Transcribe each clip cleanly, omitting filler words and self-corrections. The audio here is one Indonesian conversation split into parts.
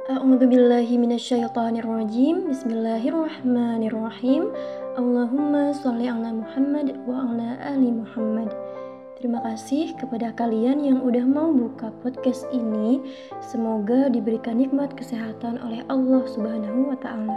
A'udzubillahi minasyaitonirrajim. Bismillahirrahmanirrahim. Allahumma sholli ala Muhammad wa ala ali Muhammad. Terima kasih kepada kalian yang udah mau buka podcast ini. Semoga diberikan nikmat kesehatan oleh Allah Subhanahu wa taala.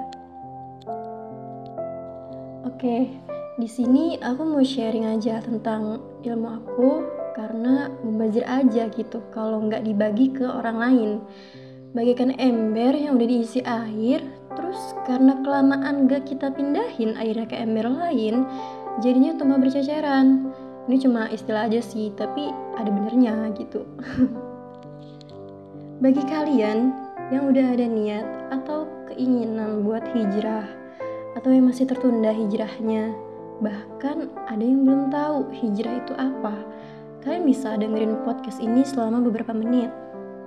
Oke, di sini aku mau sharing aja tentang ilmu aku karena mubazir aja gitu kalau nggak dibagi ke orang lain. Bagaikan ember yang udah diisi air, terus karena kelamaan gak kita pindahin airnya ke ember lain, jadinya tumpah berceceran. Ini cuma istilah aja sih, tapi ada benernya gitu. Bagi kalian yang udah ada niat atau keinginan buat hijrah, atau yang masih tertunda hijrahnya, bahkan ada yang belum tahu hijrah itu apa, kalian bisa dengerin podcast ini selama beberapa menit.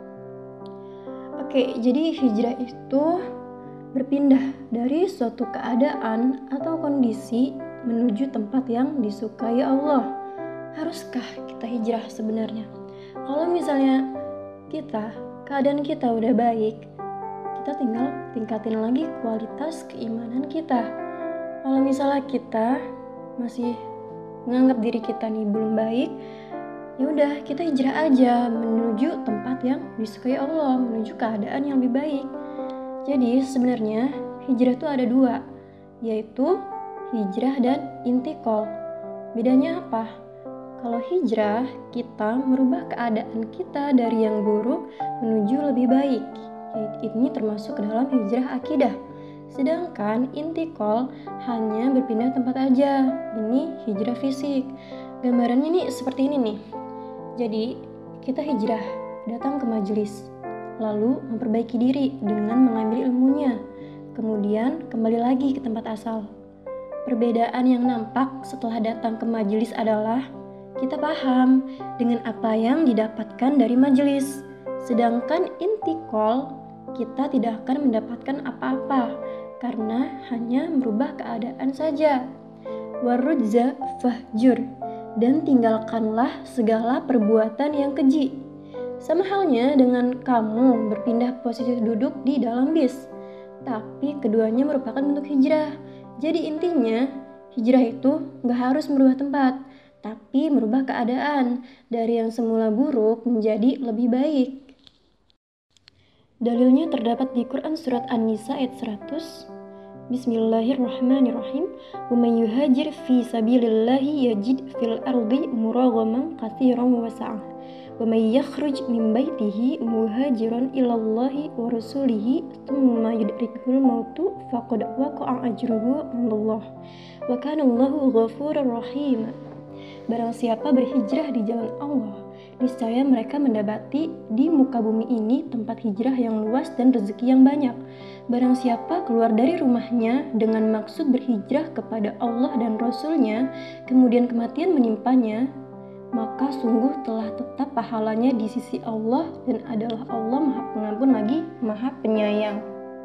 Oke, jadi hijrah itu berpindah dari suatu keadaan atau kondisi menuju tempat yang disukai Allah. Haruskah kita hijrah sebenarnya? Kalau misalnya keadaan kita udah baik, kita tinggal tingkatin lagi kualitas keimanan kita. Kalau misalnya kita masih menganggap diri kita nih belum baik, ya udah kita hijrah aja menuju tempat yang disukai Allah, menuju keadaan yang lebih baik. Jadi sebenarnya hijrah itu ada dua, yaitu hijrah dan intikal. Bedanya apa? Kalau hijrah, kita merubah keadaan kita dari yang buruk menuju lebih baik. Ini termasuk ke dalam hijrah akidah. Sedangkan intikal hanya berpindah tempat aja. Ini hijrah fisik. Gambarannya nih seperti ini nih. Jadi, kita hijrah, datang ke majelis, lalu memperbaiki diri dengan mengambil ilmunya, kemudian kembali lagi ke tempat asal. Perbedaan yang nampak setelah datang ke majelis adalah kita paham dengan apa yang didapatkan dari majelis, sedangkan intikal kita tidak akan mendapatkan apa-apa karena hanya merubah keadaan saja. Warujza fahjur, dan tinggalkanlah segala perbuatan yang keji. Sama halnya dengan kamu berpindah posisi duduk di dalam bis, tapi keduanya merupakan bentuk hijrah. Jadi intinya, hijrah itu gak harus merubah tempat, tapi merubah keadaan dari yang semula buruk menjadi lebih baik. Dalilnya terdapat di Quran Surat An-Nisa ayat 100. Bismillahirrahmanirrahim. Wa may yuhajir fi sabilillahi yajid fil ardi muraghaman katsiran wa sa'ah. Wa may yakhruj min baitihi muhajiran ila Allahi wa rasulihi thumma yudrikuhul mautu faqad waqa'a ajruhu 'indallahi wa kana Allahu ghafurur rahim. Barang siapa berhijrah di jalan Allah, niscaya mereka mendapati di muka bumi ini tempat hijrah yang luas dan rezeki yang banyak. Barang siapa keluar dari rumahnya dengan maksud berhijrah kepada Allah dan Rasul-Nya, kemudian kematian menimpanya, maka sungguh telah tetap pahalanya di sisi Allah, dan adalah Allah Maha Pengampun lagi Maha Penyayang.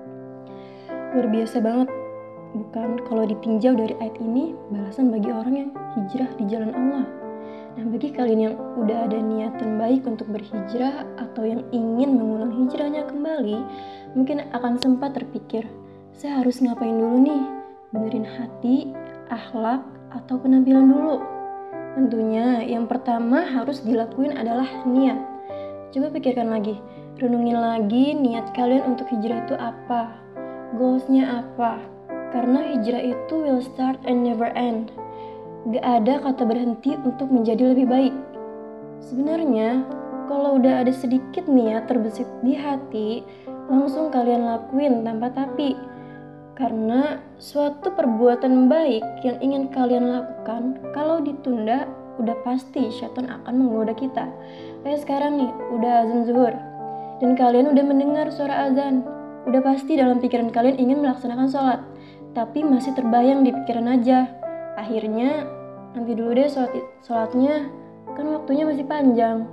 Luar biasa banget, bukan? Kalau ditinjau dari ayat ini, balasan bagi orang yang hijrah di jalan Allah. Nah, bagi kalian yang udah ada niatan baik untuk berhijrah atau yang ingin mengulang hijrahnya kembali, mungkin akan sempat terpikir, saya harus ngapain dulu nih? Benerin hati, akhlak, atau penampilan dulu? Tentunya yang pertama harus dilakuin adalah niat. Coba pikirkan lagi, renungin lagi niat kalian untuk hijrah itu apa? Goalsnya apa? Karena hijrah itu will start and never end. Gak ada kata berhenti untuk menjadi lebih baik. Sebenarnya, kalau udah ada sedikit niat terbesit di hati, langsung kalian lakuin tanpa tapi. Karena suatu perbuatan baik yang ingin kalian lakukan, kalau ditunda, udah pasti syaitan akan menggoda kita. Kayak sekarang nih, udah azan zuhur, dan kalian udah mendengar suara azan. Udah pasti dalam pikiran kalian ingin melaksanakan sholat, tapi masih terbayang di pikiran aja. Akhirnya, nanti dulu deh sholatnya, kan waktunya masih panjang.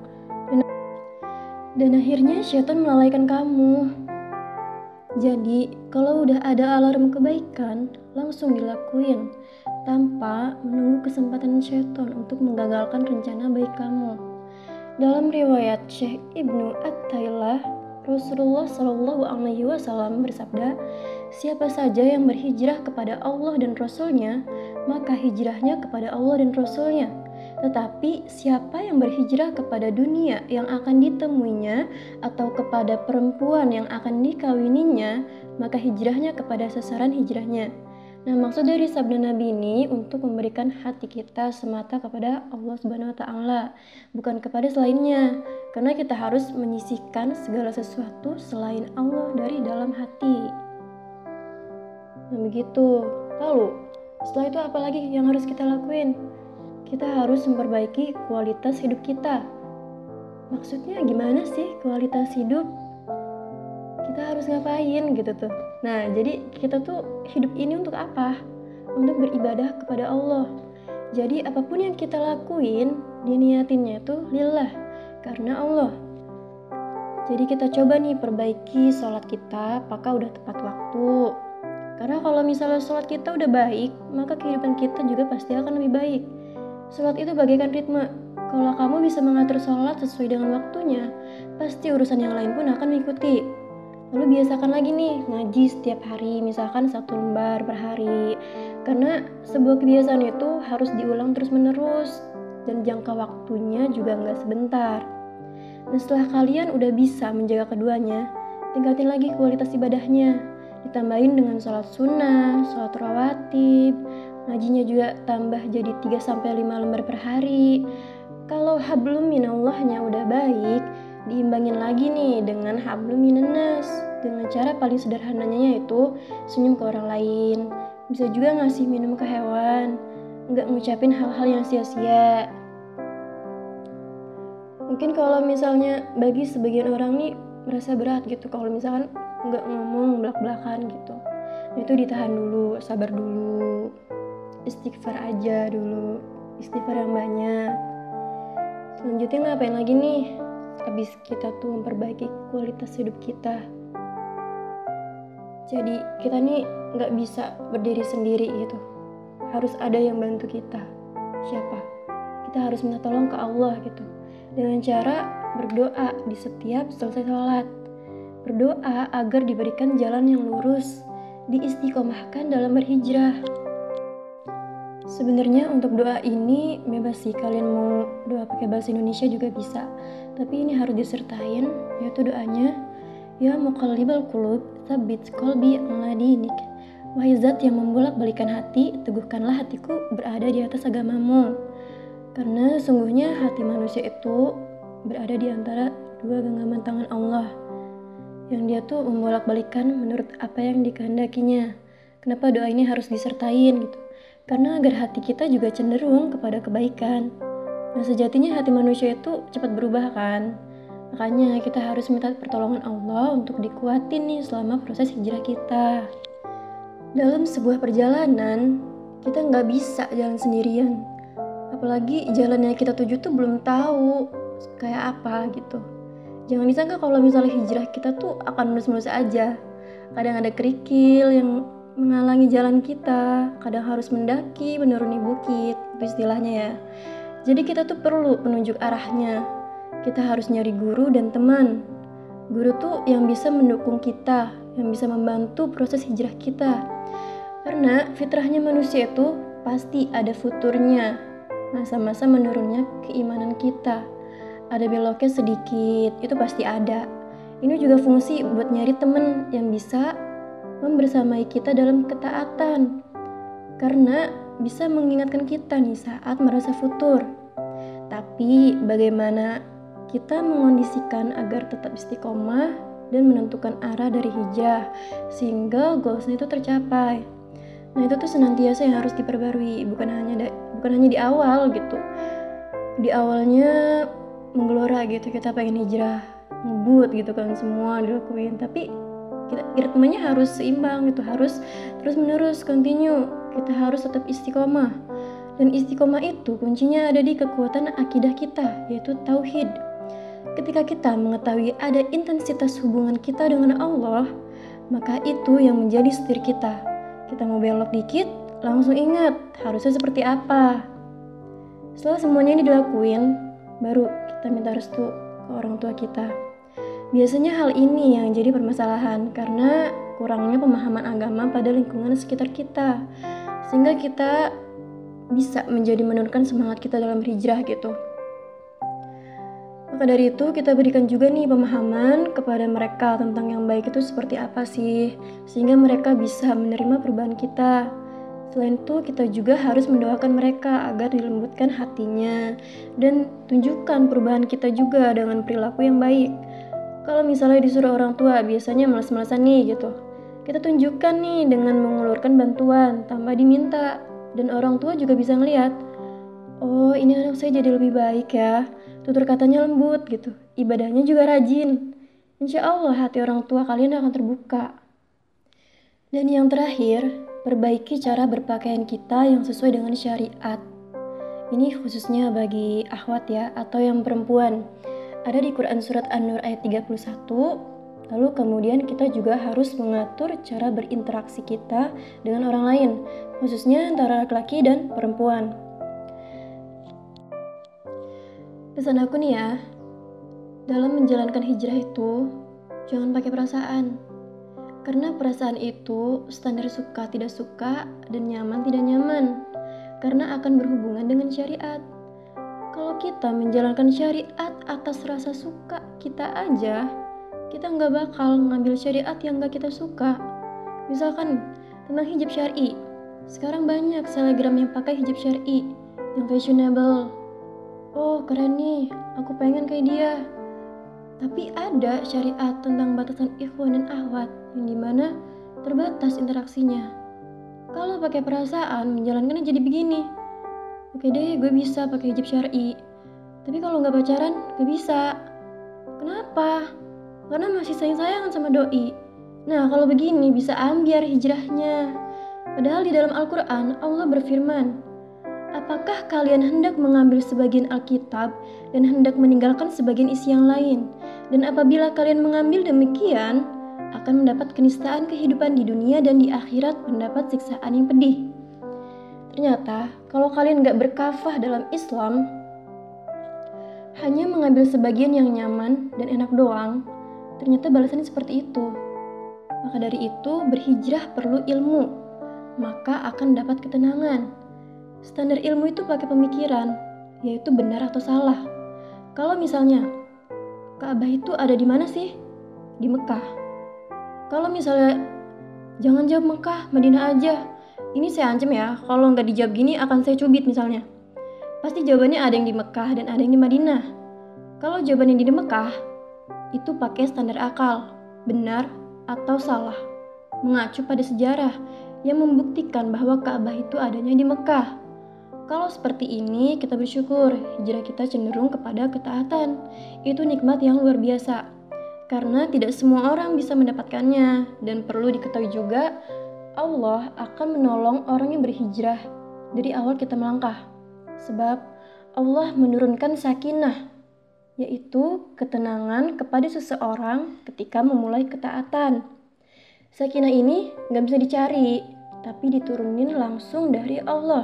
Dan akhirnya syaitan melalaikan kamu. Jadi, kalau udah ada alarm kebaikan, langsung dilakuin, tanpa menunggu kesempatan syaitan untuk menggagalkan rencana baik kamu. Dalam riwayat Syekh Ibnu At-Tailah, Rasulullah Shallallahu Alaihi Wasallam bersabda, siapa saja yang berhijrah kepada Allah dan Rasul-Nya, maka hijrahnya kepada Allah dan Rasul-Nya. Tetapi siapa yang berhijrah kepada dunia yang akan ditemuinya atau kepada perempuan yang akan dikawininya, maka hijrahnya kepada sasaran hijrahnya. Nah, maksud dari sabda Nabi ini untuk memberikan hati kita semata kepada Allah Subhanahu wa taala, bukan kepada selainnya. Karena kita harus menyisihkan segala sesuatu selain Allah dari dalam hati. Nah, begitu. Lalu, setelah itu apa lagi yang harus kita lakuin? Kita harus memperbaiki kualitas hidup kita. Maksudnya gimana sih kualitas hidup? Kita harus ngapain gitu tuh. Nah, jadi kita tuh hidup ini untuk apa? Untuk beribadah kepada Allah. Jadi apapun yang kita lakuin, diniatinnya tuh lillah, karena Allah. Jadi kita coba nih perbaiki sholat kita, apakah udah tepat waktu. Karena kalau misalnya sholat kita udah baik, maka kehidupan kita juga pasti akan lebih baik. Sholat itu bagaikan ritme. Kalau kamu bisa mengatur sholat sesuai dengan waktunya, pasti urusan yang lain pun akan mengikuti. Lalu biasakan lagi nih, ngaji setiap hari, misalkan 1 lembar per hari. Karena sebuah kebiasaan itu harus diulang terus-menerus, dan jangka waktunya juga nggak sebentar. Nah, setelah kalian udah bisa menjaga keduanya, tingkatin lagi kualitas ibadahnya. Ditambahin dengan sholat sunnah, sholat rawatib, ngajinya juga tambah jadi 3-5 lembar per hari. Kalau hablum minallahnya udah baik, diimbangin lagi nih dengan hablum minannas. Dengan cara paling sederhananya yaitu senyum ke orang lain. Bisa juga ngasih minum ke hewan, nggak ngucapin hal-hal yang sia-sia. Mungkin kalau misalnya bagi sebagian orang nih merasa berat gitu kalau misalkan nggak ngomong belak-belakan gitu. Nah, itu ditahan dulu, sabar dulu, istighfar aja dulu, istighfar yang banyak. Selanjutnya ngapain lagi nih? Habis kita tuh memperbaiki kualitas hidup kita. Jadi kita nih nggak bisa berdiri sendiri gitu. Harus ada yang bantu kita. Siapa? Kita harus minta tolong ke Allah gitu. Dengan cara berdoa di setiap selesai sholat. Berdoa agar diberikan jalan yang lurus, diistiqomahkan dalam berhijrah. Sebenarnya untuk doa ini bebas sih, kalian mau doa pakai bahasa Indonesia juga bisa. Tapi ini harus disertain, yaitu doanya, ya muqallibal qulub, tsabbit qalbi ala dinik. Wahai zat yang membolak-balikan hati, teguhkanlah hatiku berada di atas agamamu. Karena sungguhnya hati manusia itu berada di antara dua genggaman tangan Allah, yang dia tuh membolak-balikan menurut apa yang dikehendakinya. Kenapa doa ini harus disertain gitu? Karena agar hati kita juga cenderung kepada kebaikan. Nah, sejatinya hati manusia itu cepat berubah kan? Makanya kita harus minta pertolongan Allah untuk dikuatin nih selama proses hijrah kita. Dalam sebuah perjalanan, kita nggak bisa jalan sendirian. Apalagi jalan yang kita tuju tuh belum tahu kayak apa gitu. Jangan disangka kalau misalnya hijrah kita tuh akan mulus-mulus aja. Kadang ada kerikil yang menghalangi jalan kita, kadang harus mendaki, menuruni bukit, itu istilahnya ya. Jadi kita tuh perlu penunjuk arahnya. Kita harus nyari guru dan teman. Guru tuh yang bisa mendukung kita, yang bisa membantu proses hijrah kita. Karena fitrahnya manusia itu pasti ada futurnya, masa-masa menurunnya keimanan kita. Ada beloknya sedikit, itu pasti ada. Ini juga fungsi buat nyari teman yang bisa membersamai kita dalam ketaatan, karena bisa mengingatkan kita nih saat merasa futur. Tapi bagaimana kita mengondisikan agar tetap istiqomah dan menentukan arah dari hijrah sehingga goalsnya itu tercapai. Nah, itu tuh senantiasa yang harus diperbarui, bukan hanya di awal gitu. Di awalnya menggelora gitu, kita pengen hijrah, ngebut gitu kan, semua dilakuin, tapi ritmenya harus seimbang gitu, harus terus menerus continue. Kita harus tetap istiqomah, dan istiqomah itu kuncinya ada di kekuatan akidah kita, yaitu tauhid. Ketika kita mengetahui ada intensitas hubungan kita dengan Allah, maka itu yang menjadi setir kita. Kita mau belok dikit, langsung ingat harusnya seperti apa. Setelah semuanya ini dilakuin, baru kita minta restu ke orang tua kita. Biasanya hal ini yang jadi permasalahan karena kurangnya pemahaman agama pada lingkungan sekitar kita, sehingga kita bisa menjadi menurunkan semangat kita dalam hijrah gitu. Maka dari itu kita berikan juga nih pemahaman kepada mereka tentang yang baik itu seperti apa sih, sehingga mereka bisa menerima perubahan kita. Selain itu kita juga harus mendoakan mereka agar dilembutkan hatinya dan tunjukkan perubahan kita juga dengan perilaku yang baik. Kalau misalnya disuruh orang tua biasanya malas-malasan nih gitu, kita tunjukkan nih dengan mengulurkan bantuan tanpa diminta, dan orang tua juga bisa ngelihat, oh ini anak saya jadi lebih baik ya, tutur katanya lembut gitu, ibadahnya juga rajin. Insya Allah hati orang tua kalian akan terbuka. Dan yang terakhir, perbaiki cara berpakaian kita yang sesuai dengan syariat. Ini khususnya bagi akhwat ya, atau yang perempuan. Ada di Quran Surat An-Nur ayat 31, lalu kemudian kita juga harus mengatur cara berinteraksi kita dengan orang lain, khususnya antara laki-laki dan perempuan. Pesan aku nih ya, dalam menjalankan hijrah itu, jangan pakai perasaan. Karena perasaan itu standar suka tidak suka dan nyaman tidak nyaman, karena akan berhubungan dengan syariat. Kalau kita menjalankan syariat atas rasa suka kita aja, kita nggak bakal ngambil syariat yang nggak kita suka. Misalkan tentang hijab syar'i, sekarang banyak selebgram yang pakai hijab syar'i, yang fashionable. Oh keren nih, aku pengen kayak dia. Tapi ada syariat tentang batasan ikhwan dan akhwat, yang dimana terbatas interaksinya. Kalau pakai perasaan, menjalankannya jadi begini. Oke deh, gue bisa pakai hijab syar'i. Tapi kalau nggak pacaran, gak bisa. Kenapa? Karena masih sayang-sayangan sama doi. Nah, kalau begini bisa ambiar hijrahnya. Padahal di dalam Al-Quran, Allah berfirman, apakah kalian hendak mengambil sebagian Alkitab dan hendak meninggalkan sebagian isi yang lain? Dan apabila kalian mengambil demikian, akan mendapat kenistaan kehidupan di dunia dan di akhirat mendapat siksaan yang pedih. Ternyata, kalau kalian gak berkafah dalam Islam, hanya mengambil sebagian yang nyaman dan enak doang, ternyata balasannya seperti itu. Maka dari itu, berhijrah perlu ilmu, maka akan dapat ketenangan. Standar ilmu itu pakai pemikiran, yaitu benar atau salah. Kalau misalnya, Ka'bah itu ada di mana sih? Di Mekah. Kalau misalnya, jangan jawab Mekah, Madinah aja. Ini saya ancam ya, kalau nggak dijawab gini akan saya cubit misalnya. Pasti jawabannya ada yang di Mekah dan ada yang di Madinah. Kalau jawabannya di Mekah, itu pakai standar akal, benar atau salah, mengacu pada sejarah yang membuktikan bahwa Ka'bah itu adanya di Mekah. Kalau seperti ini, kita bersyukur, hijrah kita cenderung kepada ketaatan. Itu nikmat yang luar biasa, karena tidak semua orang bisa mendapatkannya, dan perlu diketahui juga, Allah akan menolong orang yang berhijrah dari awal kita melangkah. Sebab Allah menurunkan sakinah, yaitu ketenangan kepada seseorang ketika memulai ketaatan. Sakinah ini gak bisa dicari, tapi diturunin langsung dari Allah.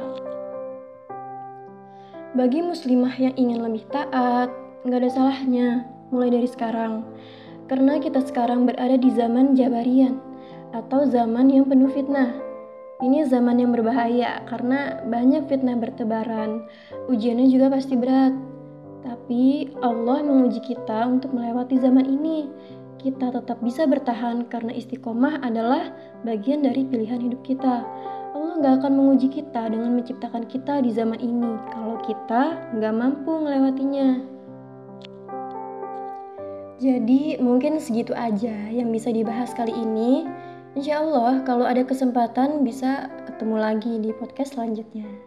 Bagi muslimah yang ingin lebih taat, gak ada salahnya mulai dari sekarang. Karena kita sekarang berada di zaman Jabarian, atau zaman yang penuh fitnah. Ini zaman yang berbahaya karena banyak fitnah bertebaran. Ujiannya juga pasti berat. Tapi Allah menguji kita untuk melewati zaman ini. Kita tetap bisa bertahan karena istiqomah adalah bagian dari pilihan hidup kita. Allah gak akan menguji kita dengan menciptakan kita di zaman ini kalau kita gak mampu melewatinya. Jadi mungkin segitu aja yang bisa dibahas kali ini. Insya Allah kalau ada kesempatan bisa ketemu lagi di podcast selanjutnya.